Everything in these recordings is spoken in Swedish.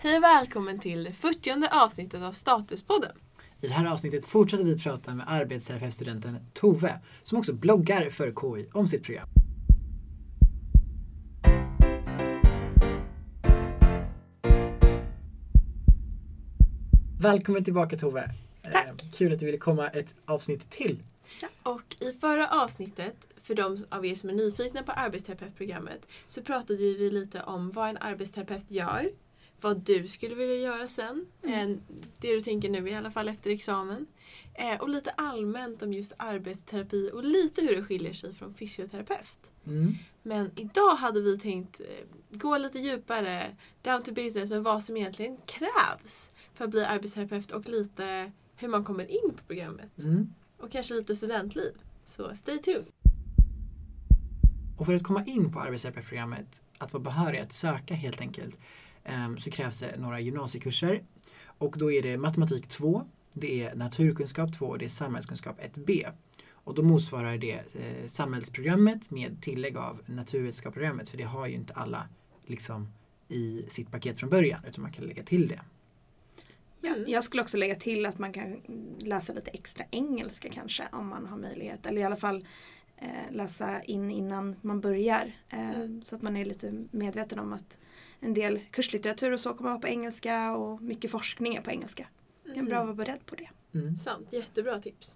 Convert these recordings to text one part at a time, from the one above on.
Hej och välkommen till det 40:e avsnittet av Statuspodden. I det här avsnittet fortsätter vi prata med arbetsterapeutstudenten Tove, som också bloggar för KI om sitt program. Välkommen tillbaka Tove. Tack. Kul att du ville komma ett avsnitt till. Ja. Och i förra avsnittet, för de av er som är nyfikna på arbetsterapeutprogrammet, så pratade vi lite om vad en arbetsterapeut gör. Vad du skulle vilja göra sen. Det du tänker nu i alla fall efter examen. Och lite allmänt om just arbetsterapi och lite hur det skiljer sig från fysioterapeut. Men idag hade vi tänkt gå lite djupare down to business med vad som egentligen krävs för att bli arbetsterapeut och lite hur man kommer in på programmet. Och kanske lite studentliv. Så stay tuned. Och för att komma in på arbetsterapeutprogrammet, att vara behörig att söka helt enkelt, så krävs det några gymnasiekurser. Och då är det matematik 2, det är naturkunskap 2 och det är samhällskunskap 1B. Och då motsvarar det samhällsprogrammet med tillägg av naturvetenskapsprogrammet, för det har ju inte alla liksom i sitt paket från början, utan man kan lägga till det. Ja, jag skulle också lägga till att man kan läsa lite extra engelska kanske om man har möjlighet. Eller i alla fall läsa in innan man börjar. Så att man är lite medveten om att en del kurslitteratur och så kommer att vara på engelska och mycket forskning är på engelska. Det är bra att vara beredd på det. Sant, jättebra tips.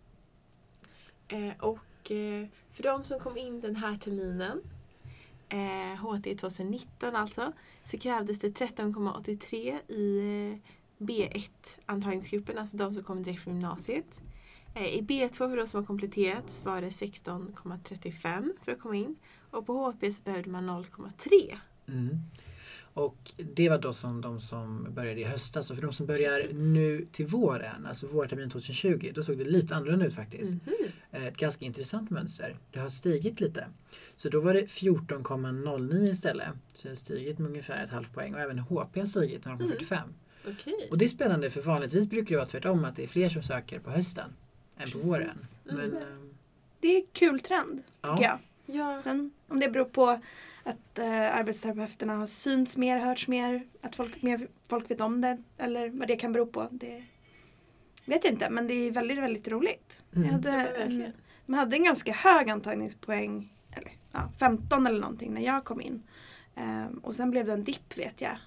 För de som kom in den här terminen, HT 2019 alltså, så krävdes det 13,83 i B1-antagningsgruppen, alltså de som kom direkt från gymnasiet. I B2 för de som har kompletterat var det 16,35 för att komma in. Och på HP så behövde man 0,3. Och det var då som de som började i höstas. Och för de som börjar nu till våren, alltså vårtermin 2020, då såg det lite annorlunda ut faktiskt. Ett ganska intressant mönster. Det har stigit lite. Så då var det 14,09 istället. Så det har stigit med ungefär ett halvt poäng. Och även HP har stigit 0,45. Okay. Och det är spännande, för vanligtvis brukar det vara tvärtom, att det är fler som söker på hösten än på våren. Men, det är en kul trend, tycker jag. Ja. Sen om det beror på att arbetsterapeuterna har synts mer, hörts mer, att folk vet om det, eller vad det kan bero på, det vet jag inte, men det är väldigt, väldigt roligt. Man hade en ganska hög antagningspoäng, eller 15 eller någonting när jag kom in. Och sen blev det en dipp, vet jag.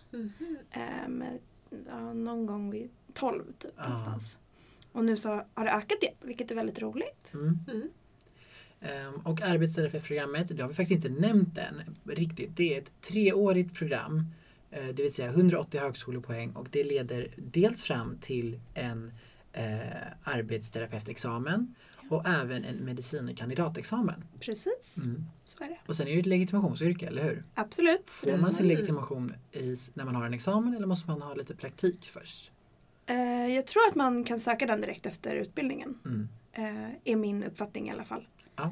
Någon gång vid 12 typ någonstans. Och nu så har det ökat igen, vilket är väldigt roligt. Och arbetsterapeutprogrammet, det har vi faktiskt inte nämnt än riktigt. Det är ett 3-årigt program, det vill säga 180 högskolepoäng, och det leder dels fram till en arbetsterapeutexamen och även en medicinkandidatexamen. Precis, så är det. Och sen är det ett legitimationsyrke, eller hur? Absolut. Får man sin legitimation när man har en examen, eller måste man ha lite praktik först? Jag tror att man kan söka den direkt efter utbildningen. Är min uppfattning i alla fall. Ja.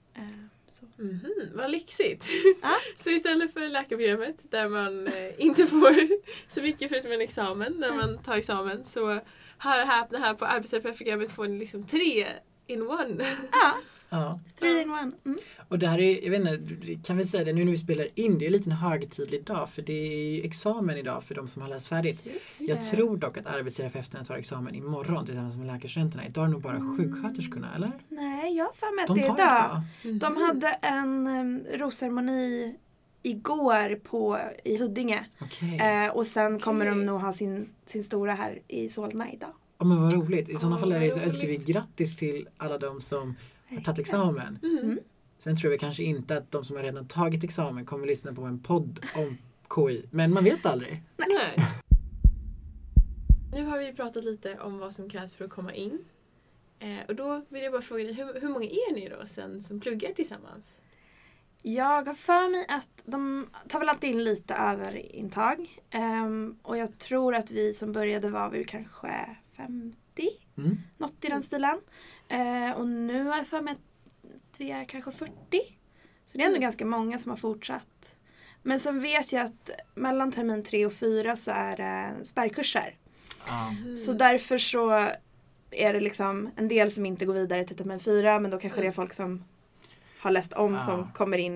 Vad lyxigt. Så istället för läkarprogrammet där man inte får så mycket förutom en examen när man tar examen, så här på arbetsterapeutprogrammet får ni liksom 3 in 1. Ja. 3 in 1. Och det här är, jag vet inte, kan vi säga det nu när vi spelar in, det är lite en högtidlig dag, för det är ju examen idag för de som har läst färdigt. Jag tror dock att arbetsterapeuterna tar examen imorgon tillsammans med läkarstudenterna. Idag är det nog bara sjuksköterskorna, eller? Nej, jag har för mig att det är idag. De hade en rosceremoni igår i Huddinge. Okay. Och sen kommer de nog ha sin stora här i Solna idag. Ja, men vad roligt. I sådana fall är det så önskar vi grattis till alla de som har tagit examen. Sen tror jag kanske inte att de som har redan tagit examen kommer att lyssna på en podd om KI. Men man vet aldrig. Nej. Nu har vi pratat lite om vad som krävs för att komma in. Och då vill jag bara fråga dig, hur många är ni då sen som pluggar tillsammans? Jag har för mig att de tar väl alltid in lite överintag. Och jag tror att vi som började var vi kanske 50. Något i den stilen. Och nu har jag för mig att vi är kanske 40. Så det är ändå ganska många som har fortsatt. Men sen vet jag att mellan termin 3 och 4 så är det spärrkurser. Så därför så är det liksom en del som inte går vidare till termin 4. Men då kanske det är folk som har läst om som kommer in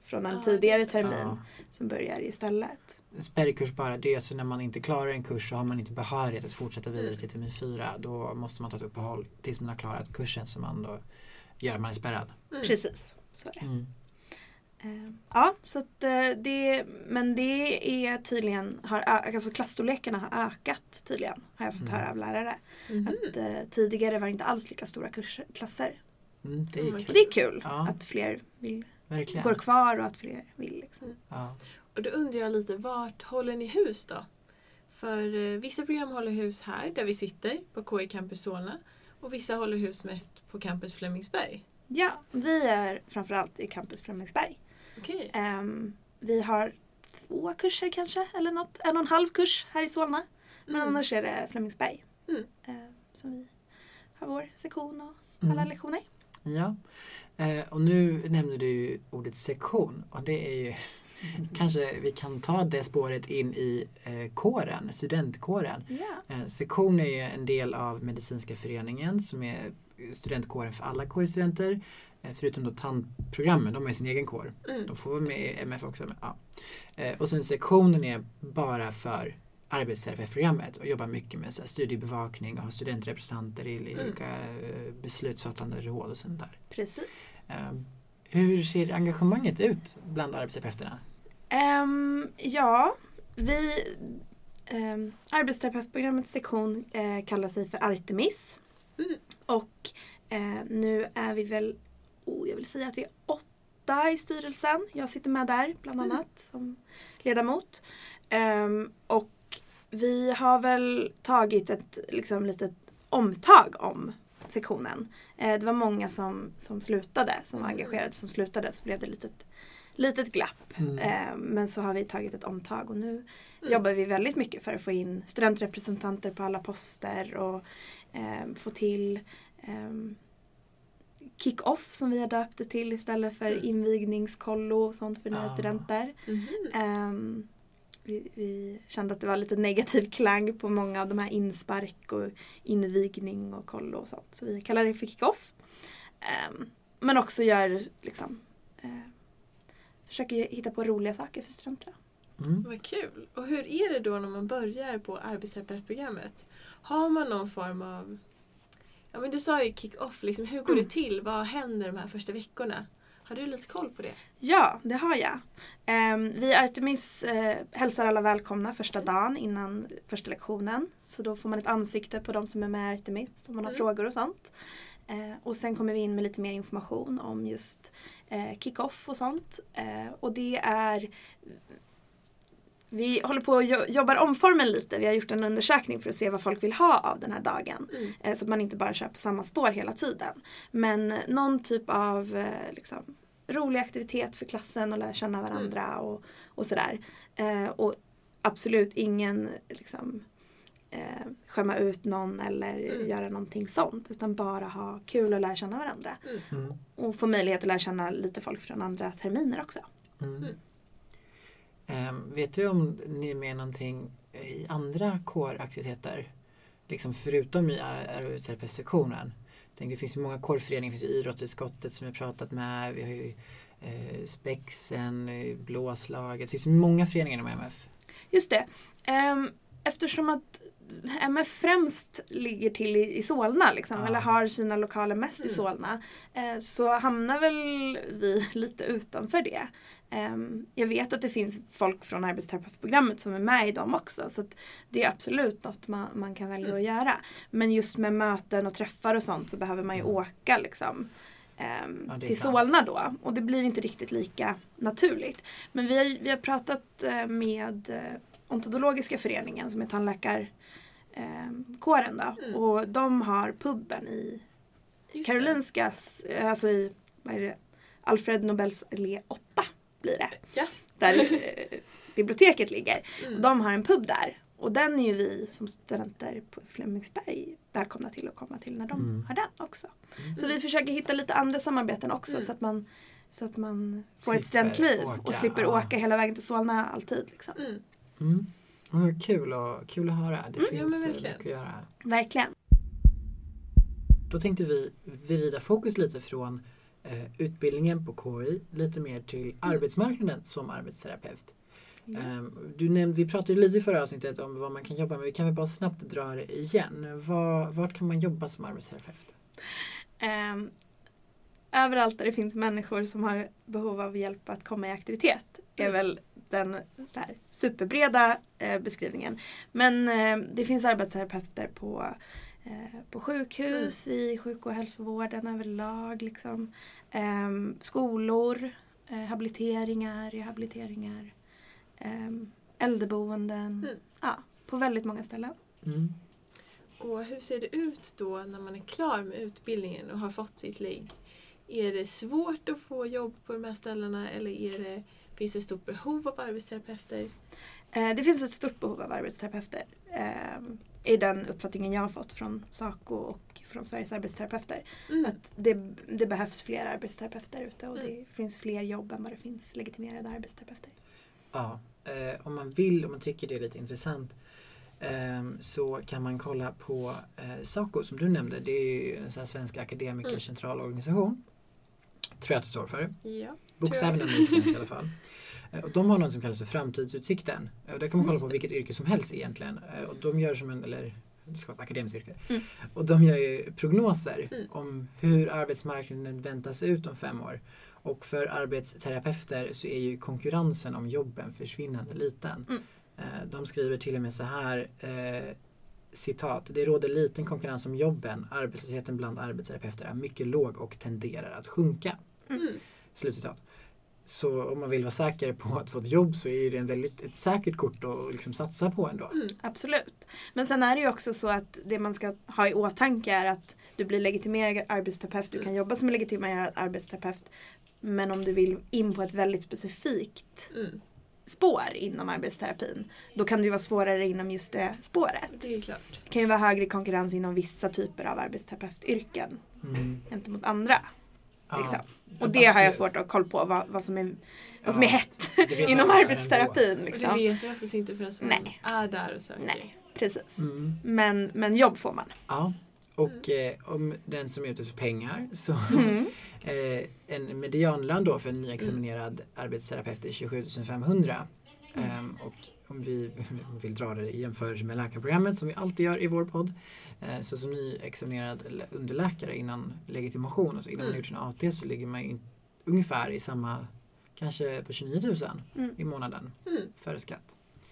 från en tidigare termin som börjar istället. Spärrkurs bara, det är så när man inte klarar en kurs så har man inte behörighet att fortsätta vidare till termin 4. Då måste man ta ett uppehåll tills man har klarat kursen som man då gör man är spärrad. Precis, så är det. Ja, så att men det är tydligen, alltså klassstorlekarna har ökat tydligen, har jag fått höra av lärare. Att tidigare var det inte alls lika stora klasser. Det är kul. Det är kul att fler vill går kvar och att fler vill. Liksom. Ja. Och då undrar jag lite, vart håller ni hus då? För vissa program håller hus här där vi sitter på KI Campus Solna. Och vissa håller hus mest på Campus Flemingsberg. Ja, vi är framförallt i Campus Flemingsberg. Okay. Vi har 2 kurser kanske, eller något, 1,5 kurs här i Solna. Men annars är det Flemingsberg. Som vi har vår sektion och alla lektioner. Ja, och nu nämnde du ju ordet sektion. Och det är ju, kanske vi kan ta det spåret in i kåren, studentkåren. Yeah. Sektion är ju en del av Medicinska föreningen som är studentkåren för alla KI-studenter. Förutom då tandprogrammen, de har sin egen kår. De får vara med i MF också. Ja. Och sen sektionen är bara för arbetsterapeutprogrammet och jobbar mycket med så här, studiebevakning och har studentrepresentanter i olika beslutsfattande råd och sånt där. Precis. Hur ser engagemanget ut bland arbetsterapeuterna? Arbetsterapeutprogrammets sektion kallar sig för Artemis. Och nu är vi väl, jag vill säga att vi är 8 i styrelsen. Jag sitter med där bland annat som ledamot. Och vi har väl tagit ett liksom, litet omtag om sektionen. Det var många som slutade, som var engagerade, som slutade, så blev det ett litet glapp. Men så har vi tagit ett omtag och nu jobbar vi väldigt mycket för att få in studentrepresentanter på alla poster och få till kick-off som vi har döpt det till istället för invigningskollo och sånt för nya studenter. Vi kände att det var lite negativ klang på många av de här inspark och invigning och kollo och sånt. Så vi kallar det för kick-off. Men också gör liksom försöker hitta på roliga saker för studenterna. Vad kul. Och hur är det då när man börjar på arbetsterapeutprogrammet? Har man någon form av, ja men du sa ju kick-off, liksom, hur går det till? Vad händer de här första veckorna? Har du lite koll på det? Ja, det har jag. Vi Artemis hälsar alla välkomna första dagen innan första lektionen. Så då får man ett ansikte på de som är med i Artemis om man har frågor och sånt. Och sen kommer vi in med lite mer information om just kick-off och sånt. Och det är, vi håller på att jobbar om formen lite. Vi har gjort en undersökning för att se vad folk vill ha av den här dagen. Så att man inte bara kör på samma spår hela tiden. Men någon typ av liksom, rolig aktivitet för klassen och lära känna varandra och sådär. Och absolut ingen liksom, skämma ut någon eller göra någonting sånt. Utan bara ha kul och lära känna varandra. Och få möjlighet att lära känna lite folk från andra terminer också. Vet du om ni är med någonting i andra kåraktiviteter? Liksom förutom i arbetsterapeutsektionen. Det finns ju många kårföreningar, det finns ju idrottsutskottet som jag pratat med. Vi har ju Spexen, Blåslaget. Det finns många föreningar inom MF. Just det. Eftersom att MF främst ligger till i Solna liksom, eller har sina lokaler mest i Solna, så hamnar väl vi lite utanför det. Jag vet att det finns folk från arbetsterapeutprogrammet som är med i dem också, så att det är absolut något man kan välja att göra. Men just med möten och träffar och sånt så behöver man ju åka liksom, till Solna då, och det blir inte riktigt lika naturligt. Men vi har pratat med Odontologiska föreningen som är tandläkarkåren då, och de har puben i Karolinskas, alltså i vad är det, Alfred Nobels allé 8 blir det. Ja. Där biblioteket ligger. Och de har en pub där. Och den är ju vi som studenter på Flemingsberg välkomna till att komma till när de har den också. Så vi försöker hitta lite andra samarbeten också så att man får ett studentliv och slipper åka hela vägen till Solna alltid. Liksom. Kul att höra. Det finns mycket att göra. Verkligen. Då tänkte vi vrida fokus lite från utbildningen på KI lite mer till arbetsmarknaden som arbetsterapeut. Ja. Vi pratade lite i förra avsnittet om vad man kan jobba med. Vi kan väl bara snabbt dra det igen. Vart kan man jobba som arbetsterapeut? Överallt där det finns människor som har behov av hjälp att komma i aktivitet är väl den så här, superbreda beskrivningen. Men det finns arbetsterapeuter på sjukhus, i sjuk- och hälsovården överlag. Liksom. Skolor, habiliteringar, rehabiliteringar, äldreboenden. Ja, på väldigt många ställen. Mm. Och hur ser det ut då när man är klar med utbildningen och har fått sitt ligg? Är det svårt att få jobb på de här ställena eller finns det ett stort behov av arbetsterapeuter? Det finns ett stort behov av arbetsterapeuter. I den uppfattningen jag har fått från SACO och från Sveriges arbetsterapeuter. Att det behövs fler arbetsterapeuter ute och det finns fler jobb än vad det finns legitimerade arbetsterapeuter. Ja, om man tycker det är lite intressant så kan man kolla på SACO som du nämnde. Det är ju en sån här svensk akademikers centralorganisation. Tror jag att det står för. Ja. Bokstäverna mixas i alla fall. Och de har något som kallas för framtidsutsikten. Och där kan man kolla på vilket yrke som helst egentligen. Och de gör det ska vara ett akademiskt yrke. Och de gör ju prognoser om hur arbetsmarknaden väntas ut om 5 år. Och för arbetsterapeuter så är ju konkurrensen om jobben försvinnande liten. De skriver till och med så här, citat, det råder liten konkurrens om jobben. Arbetslösheten bland arbetsterapeuter är mycket låg och tenderar att sjunka. Slutcitat. Så om man vill vara säker på att få ett jobb så är det ett säkert kort att liksom satsa på ändå. Absolut. Men sen är det ju också så att det man ska ha i åtanke är att du blir legitimerad arbetsterapeut. Du kan jobba som legitimerad arbetsterapeut. Men om du vill in på ett väldigt specifikt spår inom arbetsterapin, då kan det ju vara svårare inom just det spåret. Det är klart. Det kan ju vara högre konkurrens inom vissa typer av arbetsterapeutyrken gentemot andra. Liksom. Och det har jag svårt att ha koll på vad som är hett inom arbetsterapin. Liksom. Och det vet vi oftast inte förrän man är där och söker. Nej, precis. Men jobb får man. Ja, och om den som är ute för pengar så en medianlön då för en nyexaminerad arbetsterapeut är 27 500. Och om vi vill dra det i jämförelse med läkarprogrammet som vi alltid gör i vår podd. Så som nyexaminerad underläkare innan legitimation och så innan man gjort sin AT så ligger man ungefär i samma, kanske på 29 000 i månaden före skatt.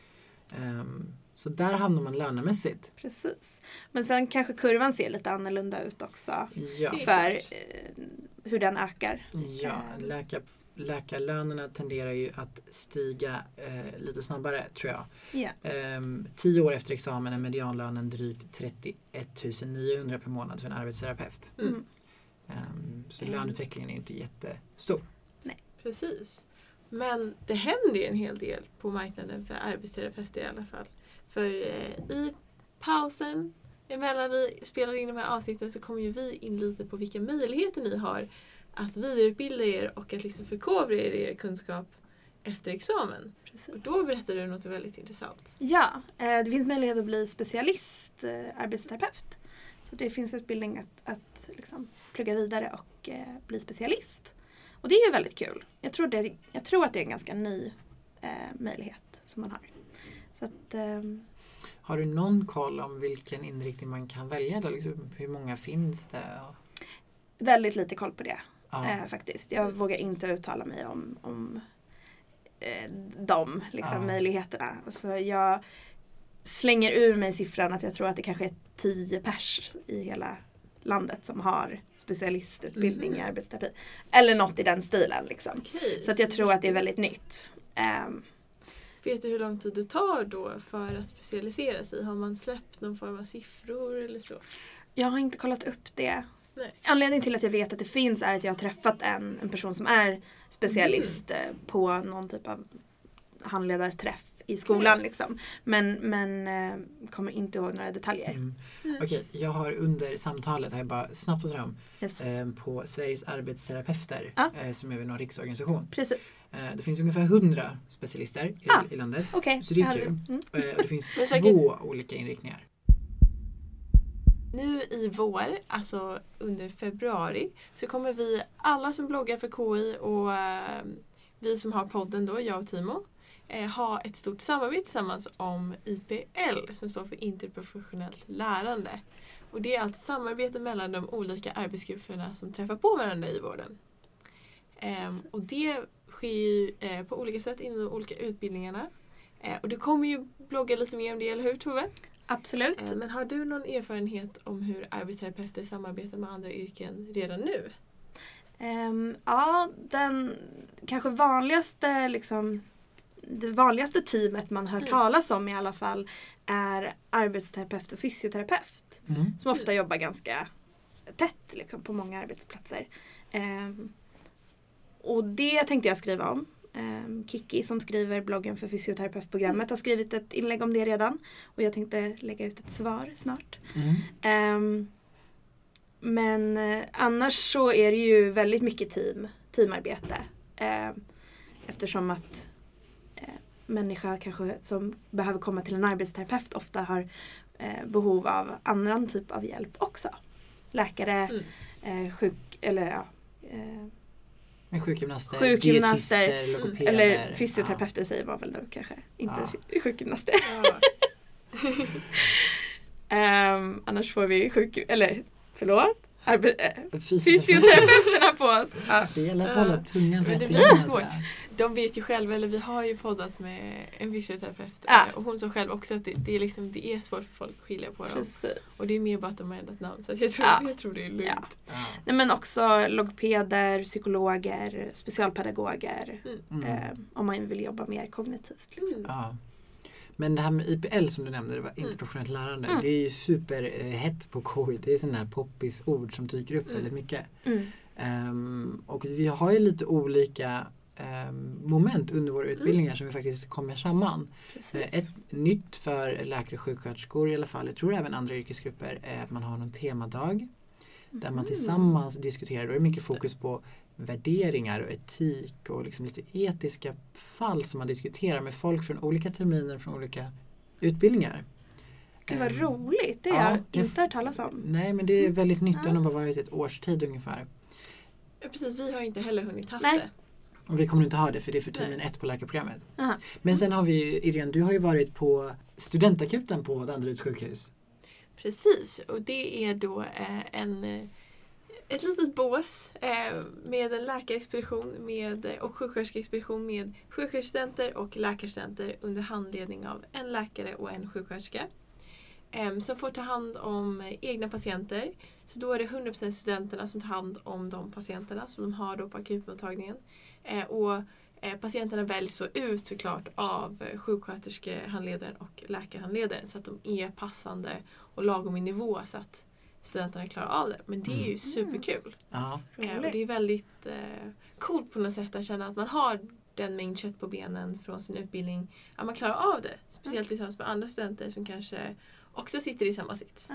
Så där hamnar man lönemässigt. Precis. Men sen kanske kurvan ser lite annorlunda ut också. Ja. För hur den ökar. Ja, läkarlönerna tenderar ju att stiga lite snabbare tror jag. Yeah. 10 år efter examen är medianlönen drygt 31 900 per månad för en arbetsterapeut. Så löneutvecklingen är inte jättestor. Nej. Precis. Men det händer ju en hel del på marknaden för arbetsterapeuter i alla fall. För i pausen emellan vi spelar in de här avsnitten så kommer ju vi in lite på vilka möjligheter ni har att vidareutbilda er och att liksom förkovra er kunskap efter examen. Precis. Och då berättar du något väldigt intressant. Ja, det finns möjlighet att bli specialist arbetsterapeut. Så det finns utbildning att liksom plugga vidare och bli specialist. Och det är ju väldigt kul. Jag tror att det är en ganska ny möjlighet som man har. Så att, har du någon koll om vilken inriktning man kan välja? Eller liksom, hur många finns det? Väldigt lite koll på det faktiskt. Jag vågar inte uttala mig om de liksom, möjligheterna. Så jag slänger ur mig siffran att jag tror att det kanske är 10 pers i hela landet som har specialistutbildning i arbetsterapi. Eller något i den stilen. Liksom. Okay. Så att jag tror att det är väldigt nytt. Vet du hur lång tid det tar då för att specialisera sig? Har man släppt någon form av siffror eller så? Jag har inte kollat upp det. Nej. Anledningen till att jag vet att det finns är att jag har träffat en person som är specialist på någon typ av handledarträff i skolan. Liksom. Men kommer inte ihåg några detaljer. Okej, jag har under samtalet här bara snabbt att fram på Sveriges arbetsterapeuter som är någon riksorganisation. Precis. Det finns ungefär 100 specialister i landet. Okay. Så det är kul. Och det finns 2 olika inriktningar. nu i vår, alltså under februari, så kommer vi alla som bloggar för KI och vi som har podden då, jag och Timo, ha ett stort samarbete tillsammans om IPL som står för interprofessionellt lärande. Och det är alltså samarbete mellan de olika arbetsgrupperna som träffar på varandra i vården. Och det sker ju på olika sätt inom de olika utbildningarna. Och du kommer ju blogga lite mer om det, eller hur Tove? Absolut. Men har du någon erfarenhet om hur arbetsterapeuter samarbetar med andra yrken redan nu? Ja, den kanske vanligaste det vanligaste teamet man hör talas om i alla fall är arbetsterapeut och fysioterapeut. Som ofta jobbar ganska tätt liksom, på många arbetsplatser. Och det tänkte jag skriva om. Kiki som skriver bloggen för fysioterapeutprogrammet har skrivit ett inlägg om det redan. Och jag tänkte lägga ut ett svar snart. Men annars så är det ju väldigt mycket teamarbete. Eftersom att människor kanske som behöver komma till en arbetsterapeut ofta har behov av annan typ av hjälp också. Läkare, sjukgymnaster, dietister, logopeder. Eller fysioterapeuter säger man väl då kanske. Inte sjukgymnaster. Annars får vi fysioterapeuterna på oss. Det gäller att hålla tungan rätt in. De vet ju själva, eller vi har ju poddat med en fysioterapeut och hon sa själv också att det är svårt för folk att skilja på dem. Precis. Och det är mer bara att de har ändrat namn, så jag tror det är lugnt. Nej, men också logopeder, psykologer, specialpedagoger om man vill jobba mer kognitivt. Liksom. Men det här med IPL som du nämnde, det var interprofessionellt lärande. Det är ju superhett på KI. Det är sådana här poppis ord som dyker upp väldigt mycket. Och vi har ju lite olika moment under våra utbildningar som vi faktiskt kommer samman. Ett nytt för läkare och sjuksköterskor i alla fall, jag tror även andra yrkesgrupper, är att man har någon temadag där man tillsammans diskuterar. Då är det mycket fokus på värderingar och etik och liksom lite etiska fall som man diskuterar med folk från olika terminer, från olika utbildningar. Gud vad roligt, det har jag inte hört talas om. Nej, men det är väldigt nytt, det har bara varit ett års tid ungefär. Ja, precis, vi har inte heller hunnit haft Nej. det. Och vi kommer inte ha det för det är för termin 1 på läkarprogrammet. Men sen har vi, Irene, du har ju varit på studentakuten på Danderyds sjukhus. Precis, och det är då ett litet bås med en läkarexpedition och sjuksköterskeexpedition med sjuksköterskestudenter och läkarstudenter under handledning av en läkare och en sjuksköterska. Som får ta hand om egna patienter. Så då är det 100% studenterna som tar hand om de patienterna som de har då på akutmottagningen. Och patienterna väljs så ut såklart av sjuksköterskehandledaren och läkarhandledaren så att de är passande och lagom i nivå så att studenterna klarar av det. Men det är ju superkul. Och det är väldigt coolt på något sätt att känna att man har den mängd kött på benen från sin utbildning. Att man klarar av det. Speciellt tillsammans med andra studenter som kanske också sitter i samma sits.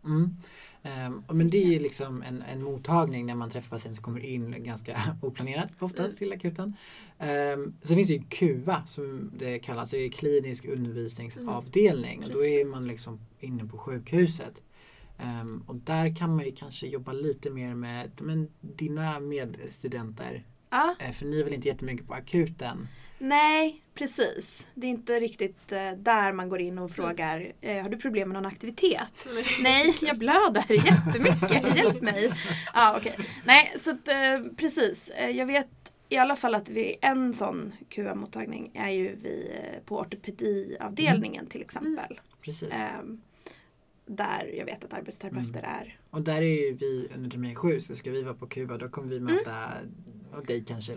Men det är liksom en mottagning när man träffar patienter som kommer in ganska oplanerat oftast till akuten. Så finns det ju KUA som det kallas, det är klinisk undervisningsavdelning och då är man liksom inne på sjukhuset. Och där kan man ju kanske jobba lite mer med dina medstudenter. För ni är väl inte jättemycket på akuten? Nej, precis. Det är inte riktigt där man går in och frågar har du problem med någon aktivitet? Nej, jag blöder jättemycket. Hjälp mig. Okay. Nej, så att, precis. Jag vet i alla fall att vi en sån QA-mottagning är ju vi på ortopediavdelningen till exempel. Precis. Där jag vet att arbetsterapeuter är. Och där är ju vi under termin 7 så ska vi vara på Kuba. Då kommer vi möta dig kanske då.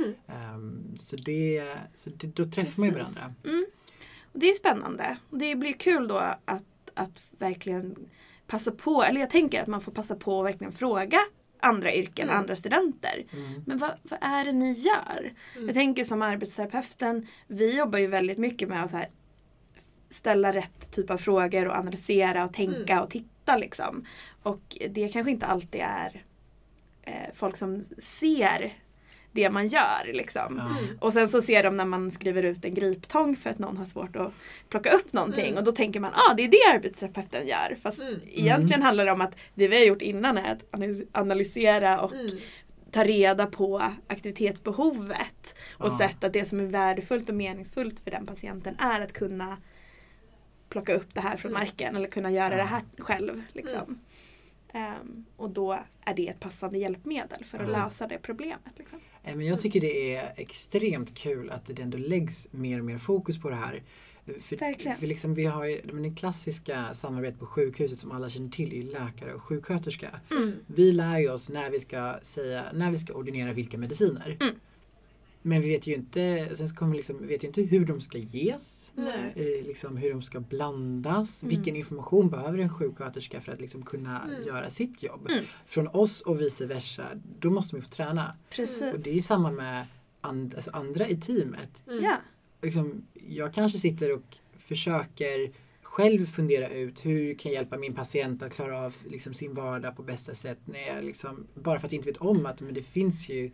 Så då träffar man ju varandra. Och det är spännande. Och det blir kul då att verkligen passa på. Eller jag tänker att man får passa på att verkligen fråga andra yrken, andra studenter. Men vad är det ni gör? Jag tänker som arbetsterapeuten, vi jobbar ju väldigt mycket med att så här, ställa rätt typ av frågor och analysera och tänka och titta liksom. Och det kanske inte alltid är folk som ser det man gör liksom. Och sen så ser de när man skriver ut en griptång för att någon har svårt att plocka upp någonting och då tänker man, det är det arbetsterapeuten gör. Fast egentligen handlar det om att det vi har gjort innan är att analysera och ta reda på aktivitetsbehovet och sätta det som är värdefullt och meningsfullt för den patienten är att kunna plocka upp det här från marken eller kunna göra det här själv liksom. Och då är det ett passande hjälpmedel för att lösa det problemet liksom. Men jag tycker det är extremt kul att det ändå läggs mer och mer fokus på det här. För liksom vi har ju det klassiska samarbetet på sjukhuset som alla känner till är läkare och sjuksköterska. Vi lär ju oss när vi ska ordinera vilka mediciner. Men vi vet ju inte, sen vet ju inte hur de ska ges, liksom hur de ska blandas, vilken information behöver en sjuksköterska för att liksom kunna göra sitt jobb. Från oss och vice versa, då måste vi få träna. Precis. Och det är ju samma med andra i teamet. Liksom, jag kanske sitter och försöker själv fundera ut hur kan jag hjälpa min patient att klara av liksom, sin vardag på bästa sätt när jag liksom, bara för att jag inte vet om att men det finns ju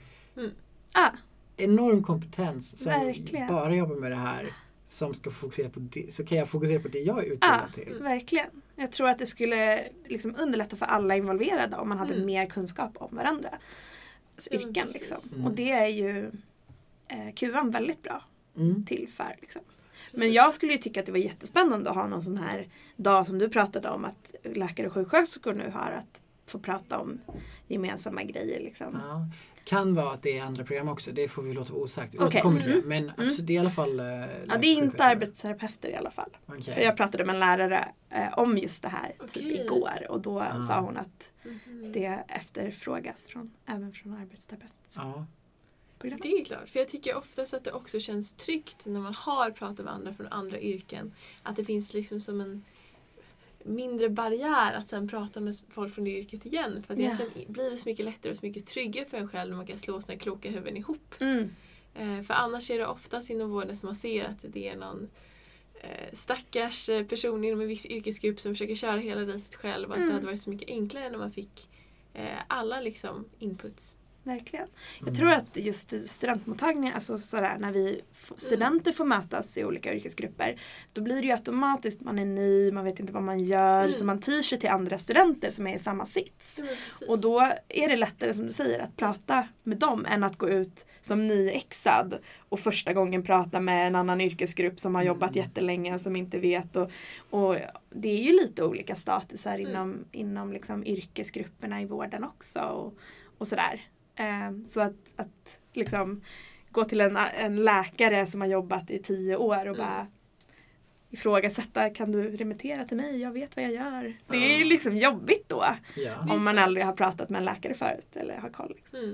enorm kompetens som bara jobbar med det här som ska fokusera på det, så kan jag fokusera på det jag är utbildad till. Verkligen. Jag tror att det skulle liksom underlätta för alla involverade om man hade mer kunskap om varandra. Yrken liksom. Och det är ju QAn väldigt bra till för liksom. Men jag skulle ju tycka att det var jättespännande att ha någon sån här dag som du pratade om att läkare och sjuksköterskor nu har att få prata om gemensamma grejer liksom. Ja. Kan vara att det är andra program också. Det får vi låta vara osagt. Men absolut, det är i alla fall... det är inte arbetsterapeuter i alla fall. Okay. För jag pratade med en lärare om just det här typ igår. Och då sa hon att det efterfrågas även från arbetsterapeuter. Ja. Det är klart. För jag tycker oftast att det också känns tryggt när man har pratat med andra från andra yrken. Att det finns liksom som en mindre barriär att sen prata med folk från det yrket igen. För att egentligen blir det så mycket lättare och så mycket tryggare för en själv när man kan slå sina kloka huvuden ihop. För annars är det oftast inom vården som man ser att det är någon stackars person inom en viss yrkesgrupp som försöker köra hela racet själv. Och att det hade varit så mycket enklare när man fick alla liksom inputs. Verkligen. Jag tror att just studentmottagningar, alltså sådär, när vi studenter får mötas i olika yrkesgrupper, då blir det ju automatiskt, man är ny, man vet inte vad man gör, så man tyr sig till andra studenter som är i samma sits. Och då är det lättare, som du säger, att prata med dem än att gå ut som nyexad och första gången prata med en annan yrkesgrupp som har jobbat jättelänge och som inte vet. Och det är ju lite olika statusar inom liksom yrkesgrupperna i vården också och sådär. Så att liksom gå till en läkare som har jobbat i 10 år och bara ifrågasätta, kan du remittera till mig? Jag vet vad jag gör. Det är ju liksom jobbigt då. Om man aldrig har pratat med en läkare förut eller har koll. Liksom.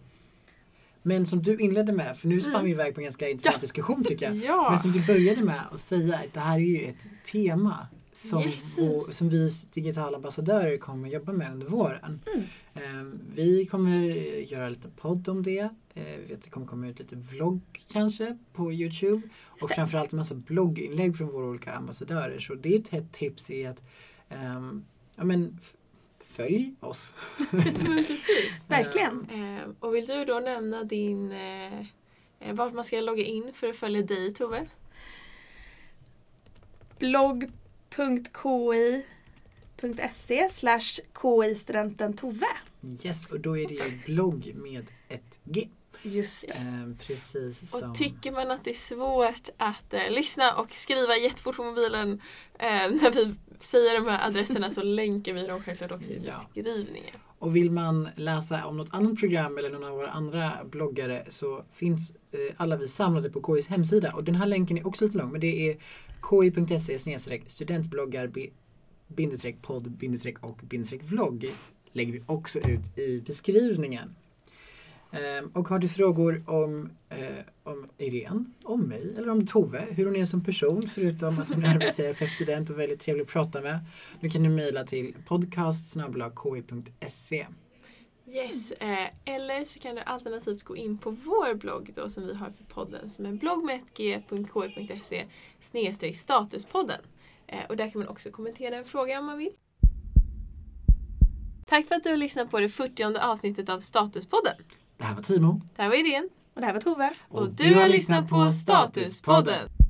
Men som du inledde med, för nu spann vi iväg på en ganska intressant diskussion tycker jag. Men som du började med att säga att det här är ju ett tema som vi digitala ambassadörer kommer jobba med under våren. Vi kommer göra lite podd om det. Det kommer komma ut lite vlogg kanske på YouTube. Och framförallt en massa blogginlägg från våra olika ambassadörer. Så det är ett hett tips är att följ oss. Precis. Verkligen. Och vill du då nämna din vart man ska logga in för att följa dig, Tove? blogg.ki.se/KI-studenten Tove. Yes, och då är det ju blogg med ett G. Just det. Precis som... Och tycker man att det är svårt att lyssna och skriva jättefort på mobilen när vi säger de här adresserna så länkar vi dem självklart också i beskrivningen. Och vill man läsa om något annat program eller någon av våra andra bloggare så finns alla vi samlade på KIs hemsida. Och den här länken är också lite lång, men det är ki.se/studentbloggar-podd-och-vlogg lägger vi också ut i beskrivningen. Och har du frågor om Irene, om mig eller om Tove, hur hon är som person förutom att hon är arbetsterapeutstudent och väldigt trevlig att prata med, då kan du mejla till podcast@ki.se. Yes, eller så kan du alternativt gå in på vår blogg då som vi har för podden som är blogg.ki.se/statuspodden. Och där kan man också kommentera en fråga om man vill. Tack för att du har lyssnat på det 40:e avsnittet av Statuspodden. Det här var Timo. Det här var Irene. Och det här var Tove. Och du har lyssnat på Statuspodden.